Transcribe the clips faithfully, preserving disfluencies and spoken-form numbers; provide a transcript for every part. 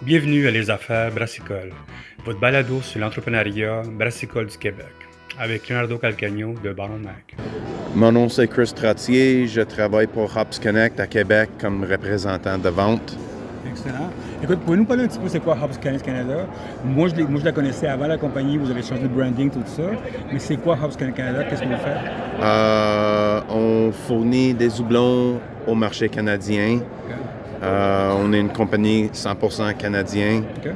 Bienvenue à Les Affaires Brassicole, votre balado sur l'entrepreneuriat brassicole du Québec, avec Leonardo Calcagno de Baron Mac. Mon nom c'est Chris Trottier, je travaille pour Hops Connect à Québec comme représentant de vente. Excellent. Écoute, pouvez-nous parler un petit peu c'est quoi Hops Connect Canada? Moi je, moi, je la connaissais avant la compagnie, vous avez changé de branding, tout ça. Mais c'est quoi Hops Connect Canada? Qu'est-ce que vous faites? Euh, on fournit des houblons au marché canadien. Okay. Euh, on est une compagnie cent pour cent canadienne. Okay.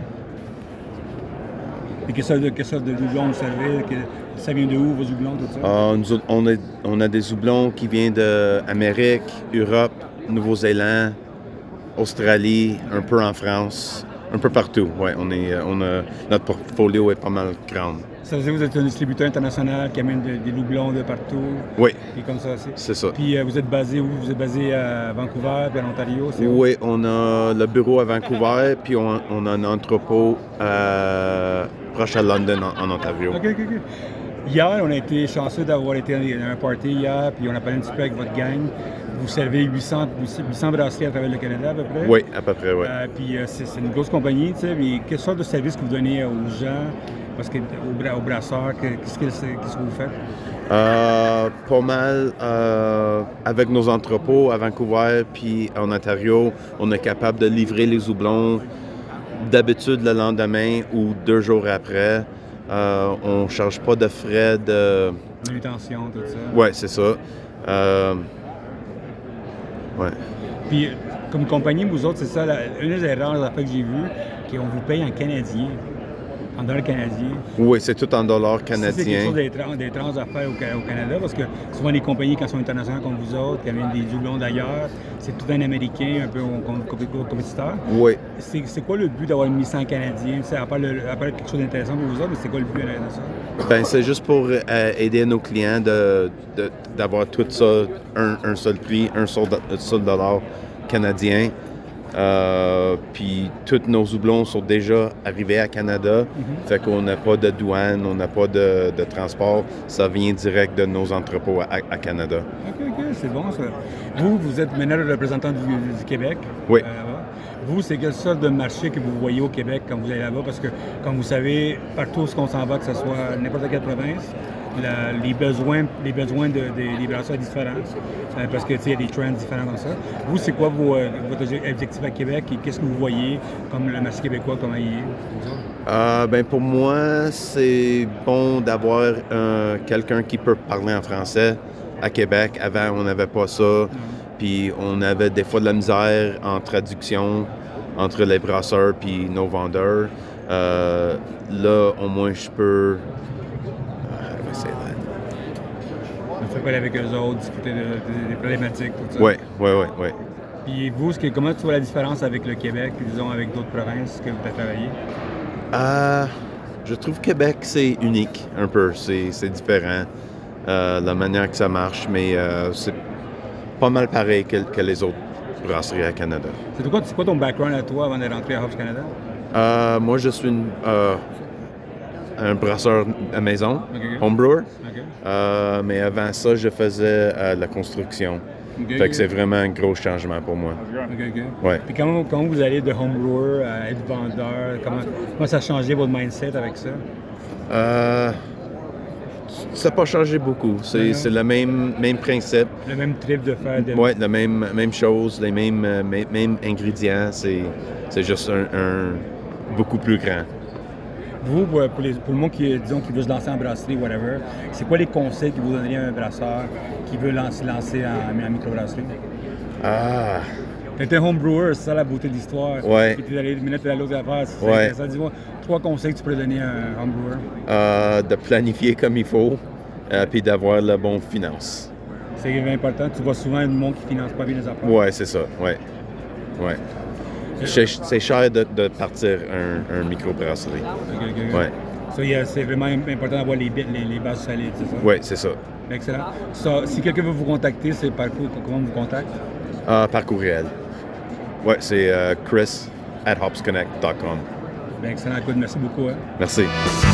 Et quelle sorte de, quelle sorte de houblons vous servez? Ça vient de où, vos houblons, tout ça? Euh, nous, on, a, on a des houblons qui viennent d'Amérique, Europe, Nouveau-Zélande, Australie, un peu en France, un peu partout. Ouais, on est, on a, notre portfolio est pas mal grand. Ça veut dire que vous êtes un distributeur international qui amène de, des houblons de partout? Oui. Et comme ça aussi? C'est ça. Puis euh, vous êtes basé où? Vous êtes basé à Vancouver puis à l'Ontario? Oui, on a le bureau à Vancouver, puis on, on a un entrepôt euh, proche à London, en, en Ontario. OK, OK, OK. Hier, on a été chanceux d'avoir été dans un party hier, puis on a parlé un petit peu avec votre gang. Vous servez huit cents, huit cents brasseries à travers le Canada, à peu près? Oui, à peu près, oui. Euh, puis euh, c'est, c'est une grosse compagnie, tu sais, mais quelle sorte de service que vous donnez aux gens, parce que, aux, aux brasseurs, qu'est-ce que, qu'est-ce que vous faites? Euh, pas mal. Euh, avec nos entrepôts à Vancouver puis en Ontario, on est capable de livrer les houblons d'habitude le lendemain ou deux jours après. Euh, on ne charge pas de frais de... Manutention, tout ça. Oui, c'est ça. Euh... Ouais. Puis, comme compagnie, vous autres, c'est ça, la, une des erreurs affaires que j'ai vues, qu'on vous paye en canadien, en dollars canadiens. Oui, c'est tout en dollars canadiens. C'est quelque chose des, trans, des trans à faire au, au Canada, parce que souvent les compagnies, quand elles sont internationales comme vous autres, qui amènent des houblons d'ailleurs, c'est tout un Américain, un peu un compétiteur. Oui. C'est, c'est quoi le but d'avoir mis ça en canadien? C'est à part, le, à part quelque chose d'intéressant pour vous autres, mais c'est quoi le but de ça? Ben, c'est juste pour euh, aider nos clients de, de, d'avoir tout ça, un, un seul prix, un seul, seul dollar canadien. Euh, puis tous nos houblons sont déjà arrivés à Canada, mm-hmm. Fait qu'on n'a pas de douane, on n'a pas de, de transport, ça vient direct de nos entrepôts à, à Canada. OK, OK, c'est bon ça. Vous, vous êtes maintenant le représentant du, du Québec. Oui. Euh, vous, c'est quelle sorte de marché que vous voyez au Québec quand vous allez là-bas? Parce que, comme vous savez, partout où on s'en va, que ce soit n'importe quelle province, La, les besoins, les besoins de, de, des brasseurs sont différents, euh, parce que, tu sais, il y a des trends différents comme ça. Vous, c'est quoi vos, euh, votre objectif à Québec et qu'est-ce que vous voyez comme le marché québécois, comment il est? Euh, ben pour moi, c'est bon d'avoir euh, quelqu'un qui peut parler en français à Québec. Avant, on n'avait pas ça. Mm-hmm. Puis on avait des fois de la misère en traduction entre les brasseurs puis nos vendeurs. Euh, là, au moins, je peux... On fait parler avec eux autres, discuter de, de, des problématiques, tout ça. Oui, oui, oui, oui. Puis vous, que, comment tu vois la différence avec le Québec, disons, avec d'autres provinces que vous avez travaillé? Euh, je trouve que Québec, c'est unique un peu. C'est, c'est différent, euh, la manière que ça marche, mais euh, c'est pas mal pareil que, que les autres brasseries à Canada. C'est quoi, c'est quoi ton background à toi avant de rentrer à Hops Canada? Euh, moi, je suis une... Euh, un brasseur à maison, okay. Homebrewer. Okay. Euh, mais avant ça, je faisais euh, la construction. Okay, fait que okay. C'est vraiment un gros changement pour moi. Okay, okay. Ouais. Puis comment, comment vous allez de homebrewer à être vendeur? Comment, comment ça a changé votre mindset avec ça? Euh, ça n'a pas changé beaucoup. C'est, ouais. c'est le même, même principe. Le même trip de faire. De... Oui, la même, même chose, les mêmes, euh, mêmes, mêmes ingrédients. C'est, c'est juste un, un beaucoup plus grand. Vous, pour, les, pour le monde qui, disons, qui veut se lancer en brasserie, whatever, c'est quoi les conseils que vous donneriez à un brasseur qui veut lancer, lancer en, en microbrasserie? Ah! T'es un homebrewer, c'est ça la beauté de l'histoire. Ouais. Puis t'es allé mettre à l'autre affaire, c'est ouais. intéressant. Dis-moi, trois conseils que tu pourrais donner à un homebrewer? Euh, de planifier comme il faut, euh, puis d'avoir la bonne finance. C'est important. Tu vois souvent un monde qui ne finance pas bien les affaires. Oui, c'est ça. Ouais. Ouais. C'est, c'est cher de, de partir un, un microbrasserie. Okay, okay, okay. Ouais. So, yeah, c'est vraiment important d'avoir les, les, les bases solides, c'est ça? Oui, c'est ça. Excellent. So, si quelqu'un veut vous contacter, c'est par quoi, comment on vous contacte? Uh, par courriel. Oui, c'est uh, chris at hops connect dot com. Bien, excellent. Écoute, merci beaucoup. Hein? Merci.